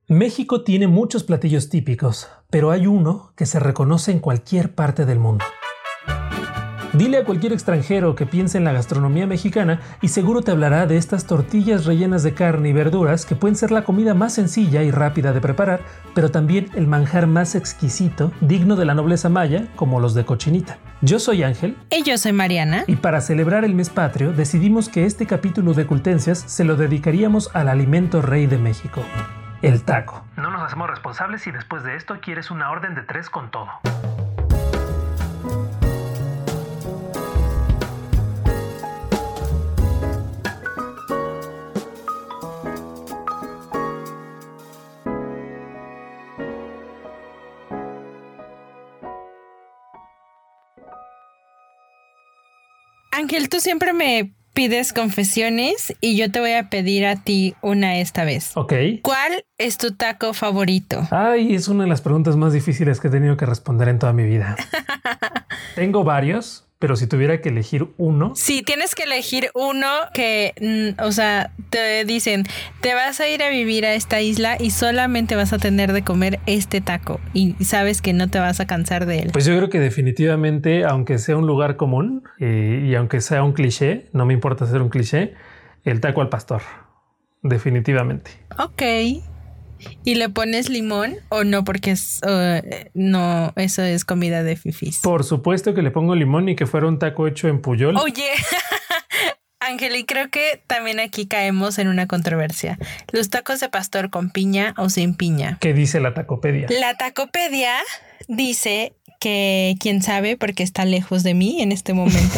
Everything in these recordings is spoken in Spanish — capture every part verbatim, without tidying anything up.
México tiene muchos platillos típicos, pero hay uno que se reconoce en cualquier parte del mundo. Dile a cualquier extranjero que piense en la gastronomía mexicana y seguro te hablará de estas tortillas rellenas de carne y verduras que pueden ser la comida más sencilla y rápida de preparar, pero también el manjar más exquisito, digno de la nobleza maya, como los de cochinita. Yo soy Ángel. Y yo soy Mariana. Y para celebrar el mes patrio, decidimos que este capítulo de Cultencias se lo dedicaríamos al alimento rey de México, el taco. No nos hacemos responsables si después de esto quieres una orden de tres con todo. Ángel, tú siempre me pides confesiones y yo te voy a pedir a ti una esta vez. Ok. ¿Cuál es tu taco favorito? Ay, es una de las preguntas más difíciles que he tenido que responder en toda mi vida. Tengo varios, pero si tuviera que elegir uno... Sí, tienes que elegir uno que, o sea, te dicen, te vas a ir a vivir a esta isla y solamente vas a tener de comer este taco y sabes que no te vas a cansar de él. Pues yo creo que definitivamente, aunque sea un lugar común eh, y aunque sea un cliché, no me importa ser un cliché, el taco al pastor. Definitivamente. Ok. ¿Y le pones limón o no? Porque es, uh, no, eso es comida de fifís. Por supuesto que le pongo limón y que fuera un taco hecho en Puyol. Oye, Ángel, y creo que también aquí caemos en una controversia. ¿Los tacos de pastor con piña o sin piña? ¿Qué dice la Tacopedia? La Tacopedia dice que quién sabe porque está lejos de mí en este momento.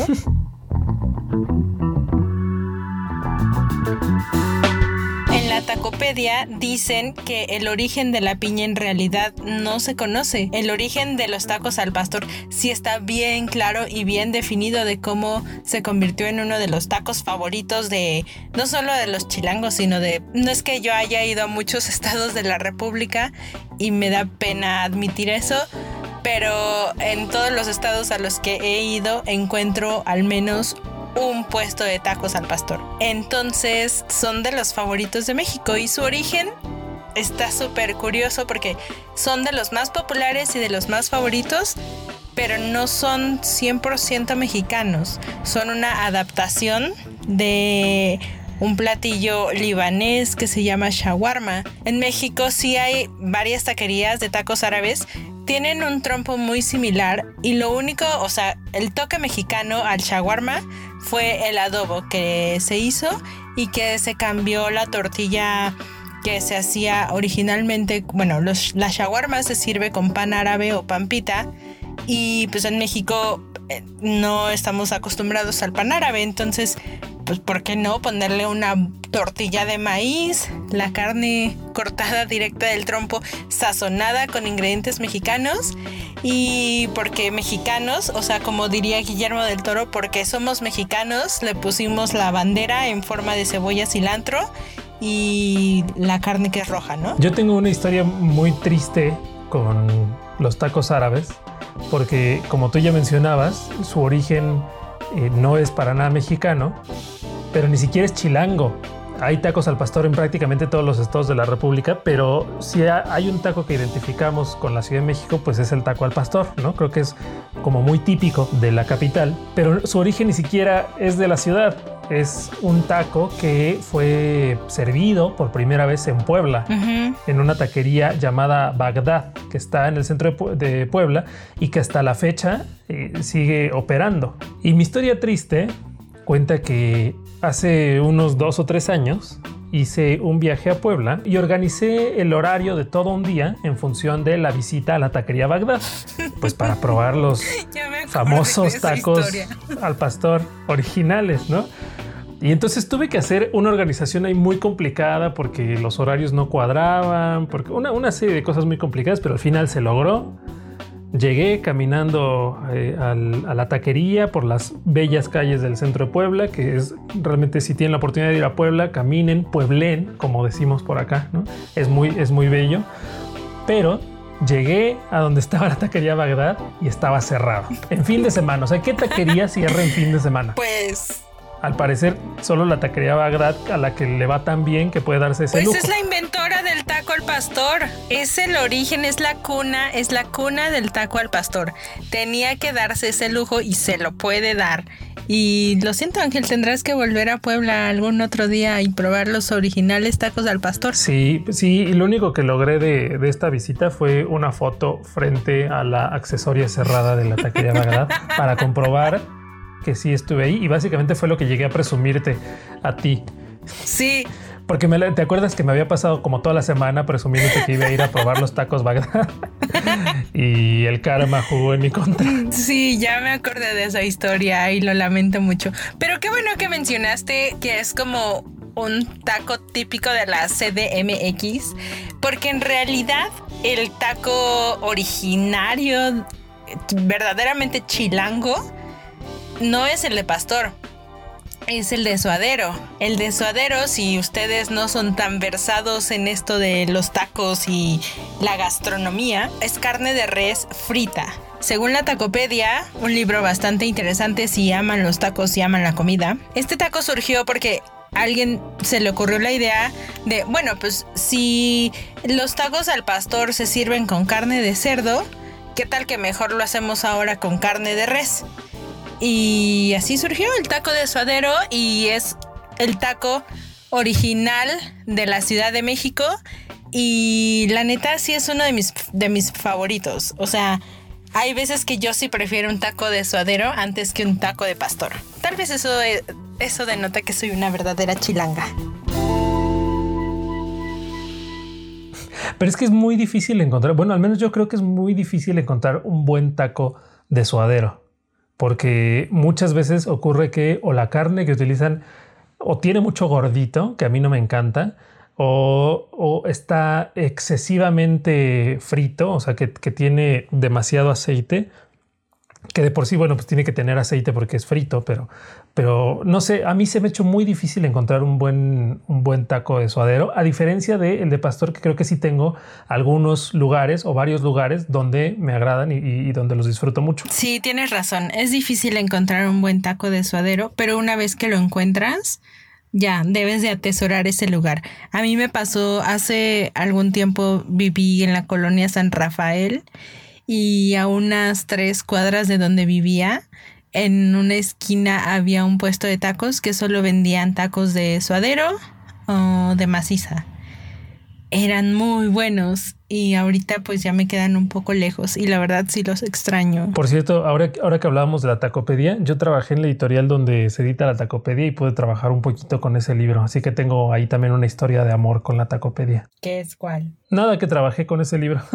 En la Tacopedia dicen que el origen de la piña en realidad no se conoce. El origen de los tacos al pastor sí está bien claro y bien definido de cómo se convirtió en uno de los tacos favoritos de no solo de los chilangos, sino de... No es que yo haya ido a muchos estados de la República y me da pena admitir eso, pero en todos los estados a los que he ido encuentro al menos un puesto de tacos al pastor. Entonces son de los favoritos de México y su origen está súper curioso porque son de los más populares y de los más favoritos, pero no son cien por ciento mexicanos. Son una adaptación de un platillo libanés que se llama shawarma. En México sí hay varias taquerías de tacos árabes. Tienen un trompo muy similar y lo único, o sea, el toque mexicano al shawarma fue el adobo que se hizo y que se cambió la tortilla que se hacía originalmente. Bueno, los, la shawarma se sirve con pan árabe o pan pita y pues en México eh, no estamos acostumbrados al pan árabe, entonces pues ¿por qué no ponerle una tortilla de maíz, la carne cortada directa del trompo, sazonada con ingredientes mexicanos? Y porque mexicanos, o sea, como diría Guillermo del Toro, porque somos mexicanos, le pusimos la bandera en forma de cebolla, cilantro y la carne que es roja, ¿no? Yo tengo una historia muy triste con los tacos árabes, porque como tú ya mencionabas, su origen eh, no es para nada mexicano, pero ni siquiera es chilango. Hay tacos al pastor en prácticamente todos los estados de la República, pero si hay un taco que identificamos con la Ciudad de México, pues es el taco al pastor, ¿no? Creo que es como muy típico de la capital, pero su origen ni siquiera es de la ciudad. Es un taco que fue servido por primera vez en Puebla, uh-huh. en una taquería llamada Bagdad, que está en el centro de, Pu- de Puebla y que hasta la fecha eh, sigue operando. Y mi historia triste cuenta que hace unos dos o tres años hice un viaje a Puebla y organicé el horario de todo un día en función de la visita a la taquería Bagdad, pues para probar los famosos tacos al pastor originales, ¿no? Y entonces tuve que hacer una organización ahí muy complicada porque los horarios no cuadraban, porque una, una serie de cosas muy complicadas, pero al final se logró. Llegué caminando eh, al, a la taquería por las bellas calles del centro de Puebla, que es realmente, si tienen la oportunidad de ir a Puebla, caminen, pueblen, como decimos por acá, ¿no? Es muy, es muy bello. Pero llegué a donde estaba la taquería Bagdad y estaba cerrado en fin de semana. O sea, ¿qué taquería cierra en fin de semana? Pues... Al parecer, solo la taquería Bagdad, a la que le va tan bien que puede darse ese pues lujo. Pues es la inventora de el taco al pastor. Es el origen, es la cuna, es la cuna del taco al pastor. Tenía que darse ese lujo y se lo puede dar. Y lo siento, Ángel, tendrás que volver a Puebla algún otro día y probar los originales tacos al pastor. Sí, sí, y lo único que logré de, de esta visita fue una foto frente a la accesoria cerrada de la taquería Bagdad para comprobar que sí estuve ahí, y básicamente fue lo que llegué a presumirte a ti. Sí. Porque me, ¿te acuerdas que me había pasado como toda la semana presumiéndote que iba a ir a probar los tacos Bagdad? Y el karma jugó en mi contra. Sí, ya me acordé de esa historia y lo lamento mucho. Pero qué bueno que mencionaste que es como un taco típico de la C D M X, porque en realidad el taco originario, verdaderamente chilango, no es el de pastor. Es el de suadero. El de suadero, si ustedes no son tan versados en esto de los tacos y la gastronomía, es carne de res frita. Según la Tacopedia, un libro bastante interesante si aman los tacos y aman la comida, este taco surgió porque a alguien se le ocurrió la idea de, bueno, pues si los tacos al pastor se sirven con carne de cerdo, ¿qué tal que mejor lo hacemos ahora con carne de res? Y así surgió el taco de suadero, y es el taco original de la Ciudad de México, y la neta sí es uno de mis, de mis favoritos. O sea, hay veces que yo sí prefiero un taco de suadero antes que un taco de pastor. Tal vez eso, eso denota que soy una verdadera chilanga. Pero es que es muy difícil encontrar, bueno, al menos yo creo que es muy difícil encontrar un buen taco de suadero. Porque muchas veces ocurre que o la carne que utilizan o tiene mucho gordito, que a mí no me encanta, o, o está excesivamente frito, o sea, que, que tiene demasiado aceite, que de por sí, bueno, pues tiene que tener aceite porque es frito, pero, pero no sé, a mí se me ha hecho muy difícil encontrar un buen, un buen taco de suadero, a diferencia del de pastor, que creo que sí tengo algunos lugares o varios lugares donde me agradan y, y donde los disfruto mucho. Sí, tienes razón, es difícil encontrar un buen taco de suadero, pero una vez que lo encuentras, ya debes de atesorar ese lugar. A mí me pasó hace algún tiempo, viví en la colonia San Rafael, y a unas tres cuadras de donde vivía, en una esquina había un puesto de tacos que solo vendían tacos de suadero o de maciza. Eran muy buenos, y ahorita pues ya me quedan un poco lejos, y la verdad sí los extraño. Por cierto, ahora, ahora que hablábamos de la Tacopedia, yo trabajé en la editorial donde se edita la Tacopedia y pude trabajar un poquito con ese libro. Así que tengo ahí también una historia de amor con la Tacopedia. ¿Qué es cuál? Nada, que trabajé con ese libro.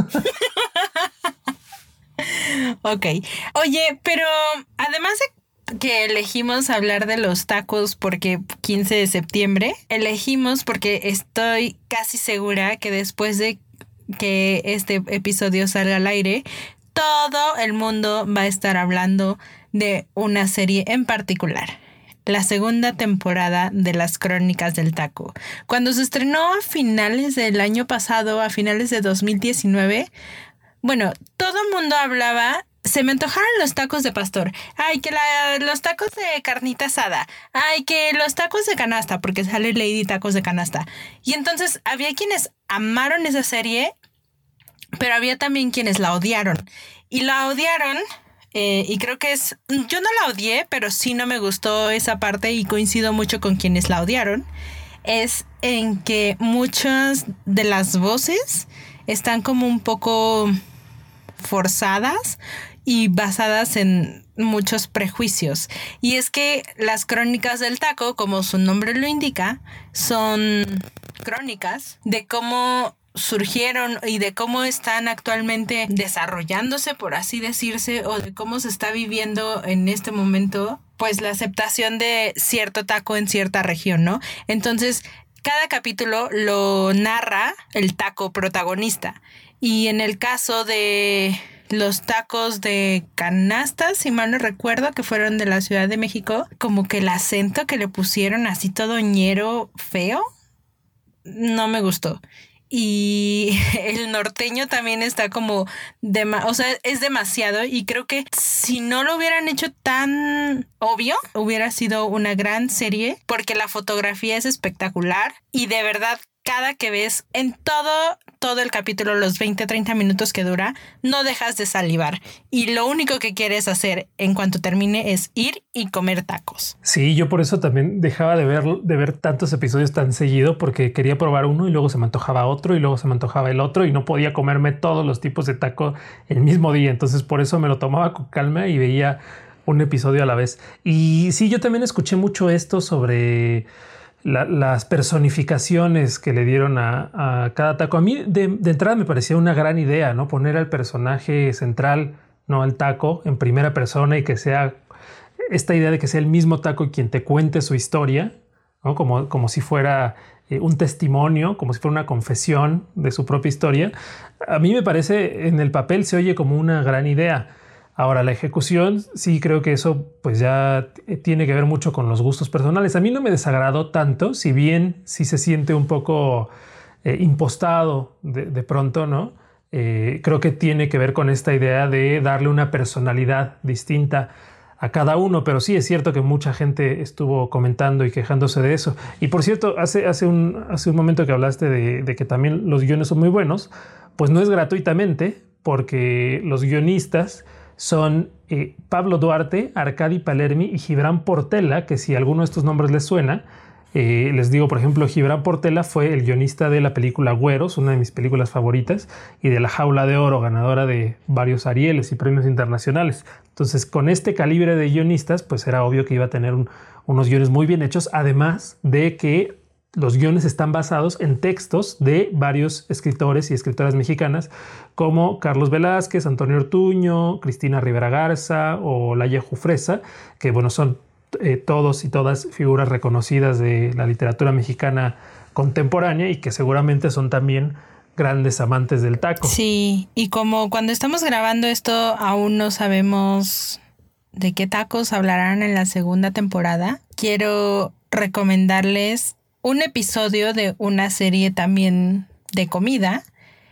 Ok. Oye, pero además de que elegimos hablar de los tacos porque quince de septiembre, elegimos porque estoy casi segura que después de que este episodio salga al aire, todo el mundo va a estar hablando de una serie en particular. La segunda temporada de Las Crónicas del Taco. Cuando se estrenó a finales del año pasado, a finales de dos mil diecinueve, bueno, todo el mundo hablaba, se me antojaron los tacos de pastor, ay, que la, los tacos de carnita asada, ay, que los tacos de canasta, porque sale Lady Tacos de Canasta. Y entonces había quienes amaron esa serie, pero había también quienes la odiaron. Y la odiaron, eh, y creo que es, yo no la odié, pero sí no me gustó esa parte, y coincido mucho con quienes la odiaron, es en que muchas de las voces están como un poco forzadas y basadas en muchos prejuicios. Y es que las crónicas del taco, como su nombre lo indica, son crónicas de cómo surgieron y de cómo están actualmente desarrollándose, por así decirse, o de cómo se está viviendo en este momento, pues la aceptación de cierto taco en cierta región, ¿no? Entonces, cada capítulo lo narra el taco protagonista. Y en el caso de los tacos de canasta, si mal no recuerdo, que fueron de la Ciudad de México, como que el acento que le pusieron así todo ñero feo, no me gustó. Y el norteño también está como, dema- o sea, es demasiado, y creo que si no lo hubieran hecho tan obvio, hubiera sido una gran serie, porque la fotografía es espectacular y de verdad cada que ves en todo, todo el capítulo, los veinte, treinta minutos que dura, no dejas de salivar. Y lo único que quieres hacer en cuanto termine es ir y comer tacos. Sí, yo por eso también dejaba de ver, de ver tantos episodios tan seguido, porque quería probar uno y luego se me antojaba otro y luego se me antojaba el otro y no podía comerme todos los tipos de taco el mismo día. Entonces por eso me lo tomaba con calma y veía un episodio a la vez. Y sí, yo también escuché mucho esto sobre La, las personificaciones que le dieron a, a cada taco. A mí de, de entrada me parecía una gran idea, ¿no? Poner al personaje central, no al taco, en primera persona y que sea esta idea de que sea el mismo taco quien te cuente su historia, ¿no? Como, como si fuera eh, un testimonio, como si fuera una confesión de su propia historia. A mí me parece, en el papel se oye como una gran idea. Ahora, la ejecución, sí creo que eso pues ya tiene que ver mucho con los gustos personales. A mí no me desagradó tanto, si bien sí se siente un poco eh, impostado de, de pronto, ¿no? Eh, creo que tiene que ver con esta idea de darle una personalidad distinta a cada uno, pero sí es cierto que mucha gente estuvo comentando y quejándose de eso. Y por cierto, hace, hace, un, hace un momento que hablaste de, de que también los guiones son muy buenos, pues no es gratuitamente, porque los guionistas son eh, Pablo Duarte, Arcadi Palermi y Gibran Portela, que si alguno de estos nombres les suena, eh, les digo, por ejemplo, Gibran Portela fue el guionista de la película Güeros, una de mis películas favoritas, y de La Jaula de Oro, ganadora de varios Arieles y premios internacionales. Entonces, con este calibre de guionistas, pues era obvio que iba a tener un, unos guiones muy bien hechos, además de que los guiones están basados en textos de varios escritores y escritoras mexicanas como Carlos Velázquez, Antonio Ortuño, Cristina Rivera Garza o Laia Jufresa, que bueno, son eh, todos y todas figuras reconocidas de la literatura mexicana contemporánea y que seguramente son también grandes amantes del taco. Sí, y como cuando estamos grabando esto aún no sabemos de qué tacos hablarán en la segunda temporada, quiero recomendarles un episodio de una serie también de comida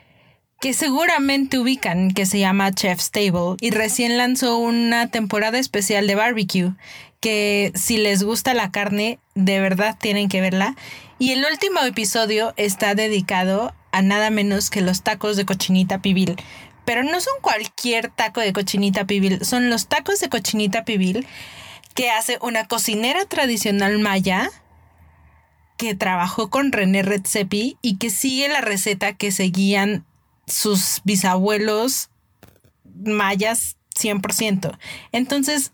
que seguramente ubican, que se llama Chef's Table, y recién lanzó una temporada especial de barbecue, que si les gusta la carne, de verdad tienen que verla. Y el último episodio está dedicado a nada menos que los tacos de cochinita pibil. Pero no son cualquier taco de cochinita pibil, son los tacos de cochinita pibil que hace una cocinera tradicional maya que trabajó con René Redzepi y que sigue la receta que seguían sus bisabuelos mayas cien por ciento. Entonces,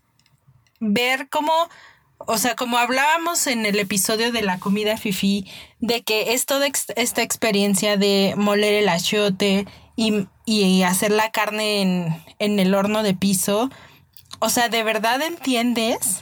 ver cómo, o sea, como hablábamos en el episodio de la comida fifí, de que es toda ex- esta experiencia de moler el achiote y, y hacer la carne en, en el horno de piso, o sea, ¿de verdad entiendes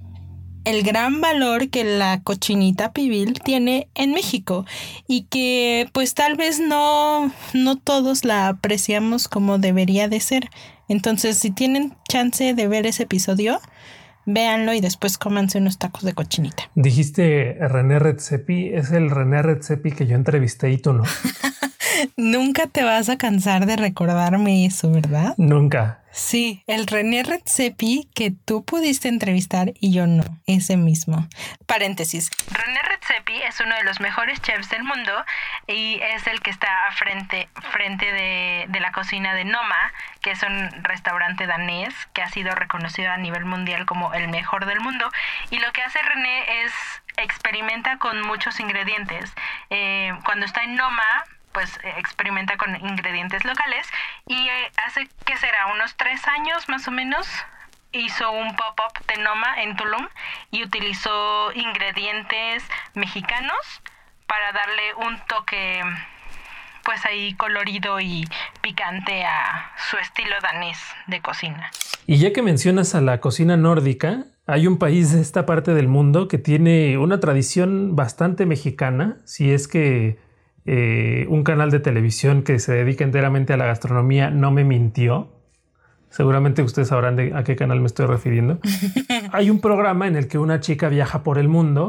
el gran valor que la cochinita pibil tiene en México y que pues tal vez no, no todos la apreciamos como debería de ser? Entonces, si tienen chance de ver ese episodio, véanlo y después cómanse unos tacos de cochinita. Dijiste René Redzepi, es el René Redzepi que yo entrevisté y tú no. Nunca te vas a cansar de recordarme eso, ¿verdad? Nunca. Sí, el René Redzepi que tú pudiste entrevistar y yo no, ese mismo. Paréntesis. René Redzepi es uno de los mejores chefs del mundo y es el que está a frente, frente de, de la cocina de Noma, que es un restaurante danés que ha sido reconocido a nivel mundial como el mejor del mundo. Y lo que hace René es experimenta con muchos ingredientes. Eh, cuando está en Noma, pues experimenta con ingredientes locales y eh, hace, ¿qué será? Unos tres años más o menos, hizo un pop-up de Noma en Tulum y utilizó ingredientes mexicanos para darle un toque pues ahí colorido y picante a su estilo danés de cocina. Y ya que mencionas a la cocina nórdica, hay un país de esta parte del mundo que tiene una tradición bastante mexicana, si es que Eh, un canal de televisión que se dedica enteramente a la gastronomía no me mintió. Seguramente ustedes sabrán de a qué canal me estoy refiriendo. Hay un programa en el que una chica viaja por el mundo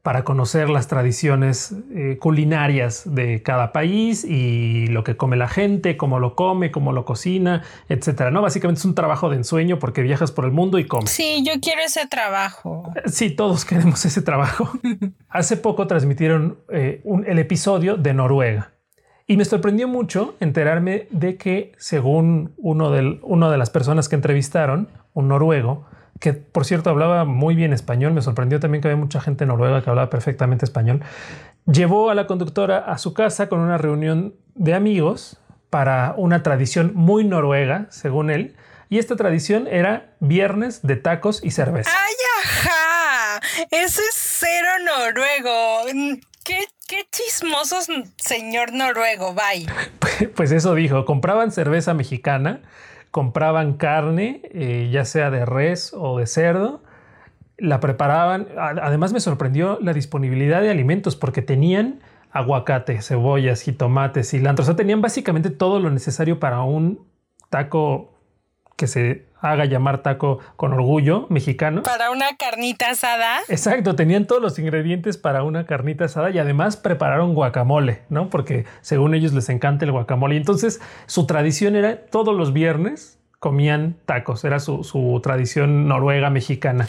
para conocer las tradiciones eh, culinarias de cada país y lo que come la gente, cómo lo come, cómo lo cocina, etcétera, ¿no? Básicamente es un trabajo de ensueño porque viajas por el mundo y comes. Sí, yo quiero ese trabajo. Sí, todos queremos ese trabajo. Hace poco transmitieron eh, un, el episodio de Noruega y me sorprendió mucho enterarme de que, según uno de, uno de las personas que entrevistaron, un noruego, que por cierto hablaba muy bien español, me sorprendió también que había mucha gente noruega que hablaba perfectamente español, llevó a la conductora a su casa con una reunión de amigos para una tradición muy noruega, según él, y esta tradición era viernes de tacos y cerveza. ¡Ay, ajá! Ese es cero noruego. ¡Qué, qué chismosos, señor noruego! Bye. Pues eso dijo, compraban cerveza mexicana, compraban carne, eh, ya sea de res o de cerdo, la preparaban. Además me sorprendió la disponibilidad de alimentos porque tenían aguacate, cebollas, jitomates, cilantro. O sea, tenían básicamente todo lo necesario para un taco que se haga llamar taco con orgullo mexicano. Para una carnita asada. Exacto, tenían todos los ingredientes para una carnita asada y además prepararon guacamole, ¿no? Porque según ellos les encanta el guacamole. Y entonces su tradición era todos los viernes comían tacos. Era su, su tradición noruega mexicana.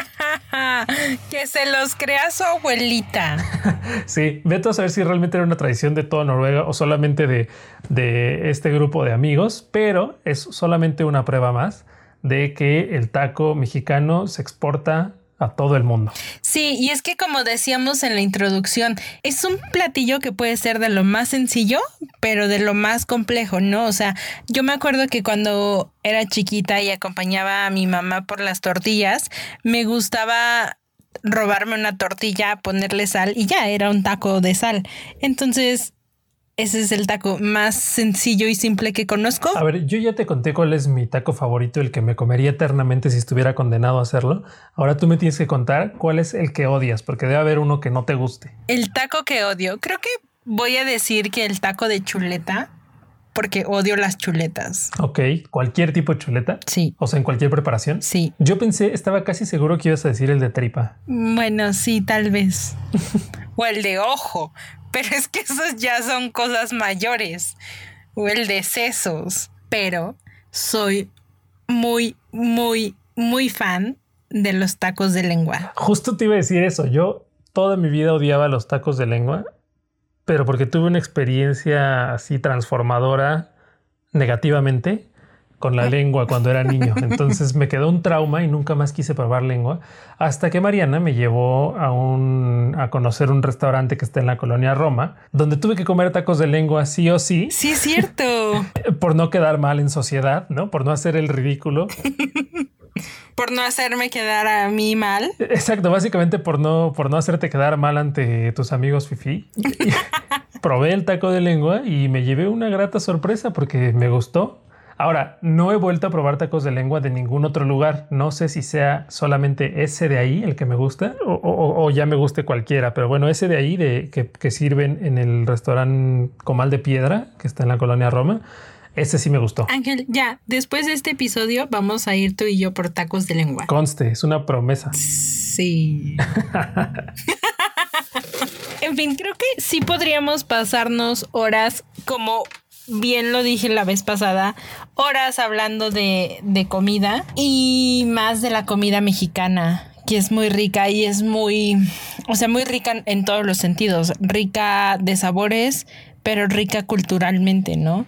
Que se los crea su abuelita. Sí, vete a saber si realmente era una tradición de toda Noruega o solamente de, de este grupo de amigos, pero es solamente una prueba más de que el taco mexicano se exporta a todo el mundo. Sí, y es que como decíamos en la introducción, es un platillo que puede ser de lo más sencillo, pero de lo más complejo, ¿no? O sea, yo me acuerdo que cuando era chiquita y acompañaba a mi mamá por las tortillas, me gustaba robarme una tortilla, ponerle sal y ya era un taco de sal. Entonces, ese es el taco más sencillo y simple que conozco. A ver, yo ya te conté cuál es mi taco favorito, el que me comería eternamente si estuviera condenado a hacerlo. Ahora tú me tienes que contar cuál es el que odias, porque debe haber uno que no te guste. El taco que odio. Creo que voy a decir que el taco de chuleta, porque odio las chuletas. Ok, ¿cualquier tipo de chuleta? Sí. O sea, en cualquier preparación. Sí. Yo pensé, estaba casi seguro que ibas a decir el de tripa. Bueno, sí, tal vez. O el de ojo. Pero es que esos ya son cosas mayores. O el de sesos. Pero soy muy, muy, muy fan de los tacos de lengua. Justo te iba a decir eso. Yo toda mi vida odiaba los tacos de lengua, pero porque tuve una experiencia así transformadora negativamente con la lengua cuando era niño. Entonces me quedó un trauma y nunca más quise probar lengua hasta que Mariana me llevó a un a conocer un restaurante que está en la colonia Roma, donde tuve que comer tacos de lengua sí o sí. Sí, es cierto. Por no quedar mal en sociedad, ¿no? Por no hacer el ridículo. Por no hacerme quedar a mí mal. Exacto, básicamente por no, por no hacerte quedar mal ante tus amigos fifí. Probé el taco de lengua y me llevé una grata sorpresa porque me gustó. Ahora, no he vuelto a probar tacos de lengua de ningún otro lugar. No sé si sea solamente ese de ahí el que me gusta o, o, o ya me guste cualquiera. Pero bueno, ese de ahí de, que, que sirven en el restaurante Comal de Piedra, que está en la colonia Roma, ese sí me gustó. Ángel, ya, después de este episodio vamos a ir tú y yo por tacos de lengua. Conste, es una promesa. Sí. En fin, creo que sí podríamos pasarnos horas, como bien lo dije la vez pasada, horas hablando de, de comida y más de la comida mexicana, que es muy rica y es muy, o sea, muy rica en todos los sentidos, rica de sabores, pero rica culturalmente, ¿no?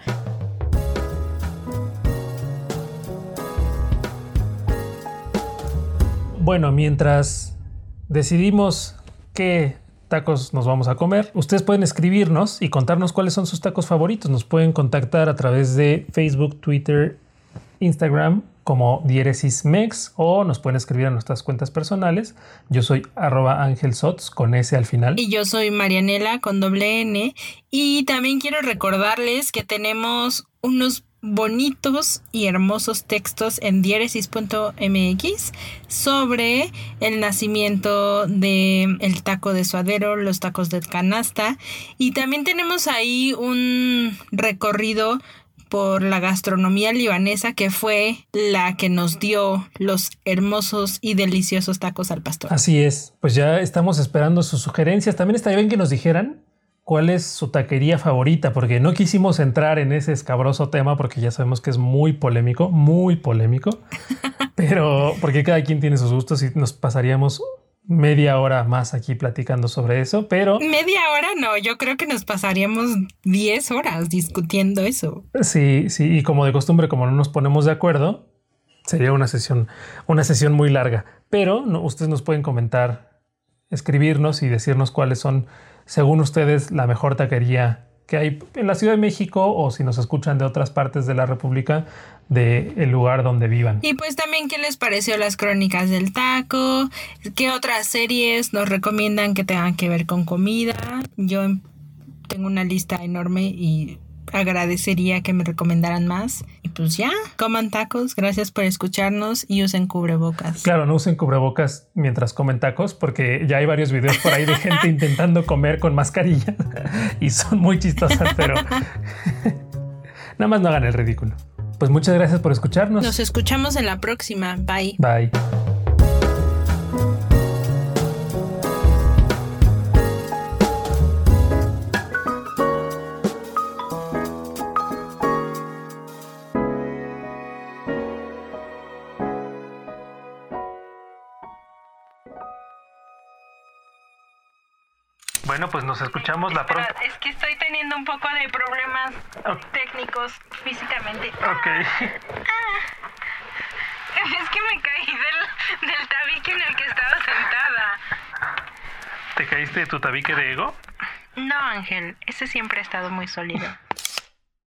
Bueno, mientras decidimos qué tacos nos vamos a comer, ustedes pueden escribirnos y contarnos cuáles son sus tacos favoritos. Nos pueden contactar a través de Facebook, Twitter, Instagram como DiéresisMex o nos pueden escribir a nuestras cuentas personales. Yo soy arroba angelsots con S al final. Y yo soy Marianela con doble N. Y también quiero recordarles que tenemos unos bonitos y hermosos textos en diéresis punto m x sobre el nacimiento de el taco de suadero, los tacos de canasta, y también tenemos ahí un recorrido por la gastronomía libanesa, que fue la que nos dio los hermosos y deliciosos tacos al pastor. Así es, pues ya estamos esperando sus sugerencias. También estaría bien que nos dijeran cuál es su taquería favorita, porque no quisimos entrar en ese escabroso tema porque ya sabemos que es muy polémico, muy polémico, pero porque cada quien tiene sus gustos y nos pasaríamos media hora más aquí platicando sobre eso, pero... Media hora no, yo creo que nos pasaríamos diez horas discutiendo eso. Sí, sí, y como de costumbre, como no nos ponemos de acuerdo, sería una sesión, una sesión muy larga, pero no, ustedes nos pueden comentar, escribirnos y decirnos cuáles son, según ustedes, la mejor taquería que hay en la Ciudad de México o si nos escuchan de otras partes de la República, del lugar donde vivan. Y pues también qué les pareció las crónicas del taco, qué otras series nos recomiendan que tengan que ver con comida. Yo tengo una lista enorme y agradecería que me recomendaran más. Y pues ya, coman tacos, gracias por escucharnos y usen cubrebocas. Claro, no usen cubrebocas mientras comen tacos porque ya hay varios videos por ahí de gente intentando comer con mascarilla y son muy chistosas, pero nada más no hagan el ridículo. Pues muchas gracias por escucharnos. Nos escuchamos en la próxima. Bye. Bye. Bueno, pues nos escuchamos la próxima. Es que estoy teniendo un poco de problemas okay. técnicos físicamente. Ok. Ah, es que me caí del, del tabique en el que estaba sentada. ¿Te caíste de tu tabique de ego? No, Ángel, ese siempre ha estado muy sólido.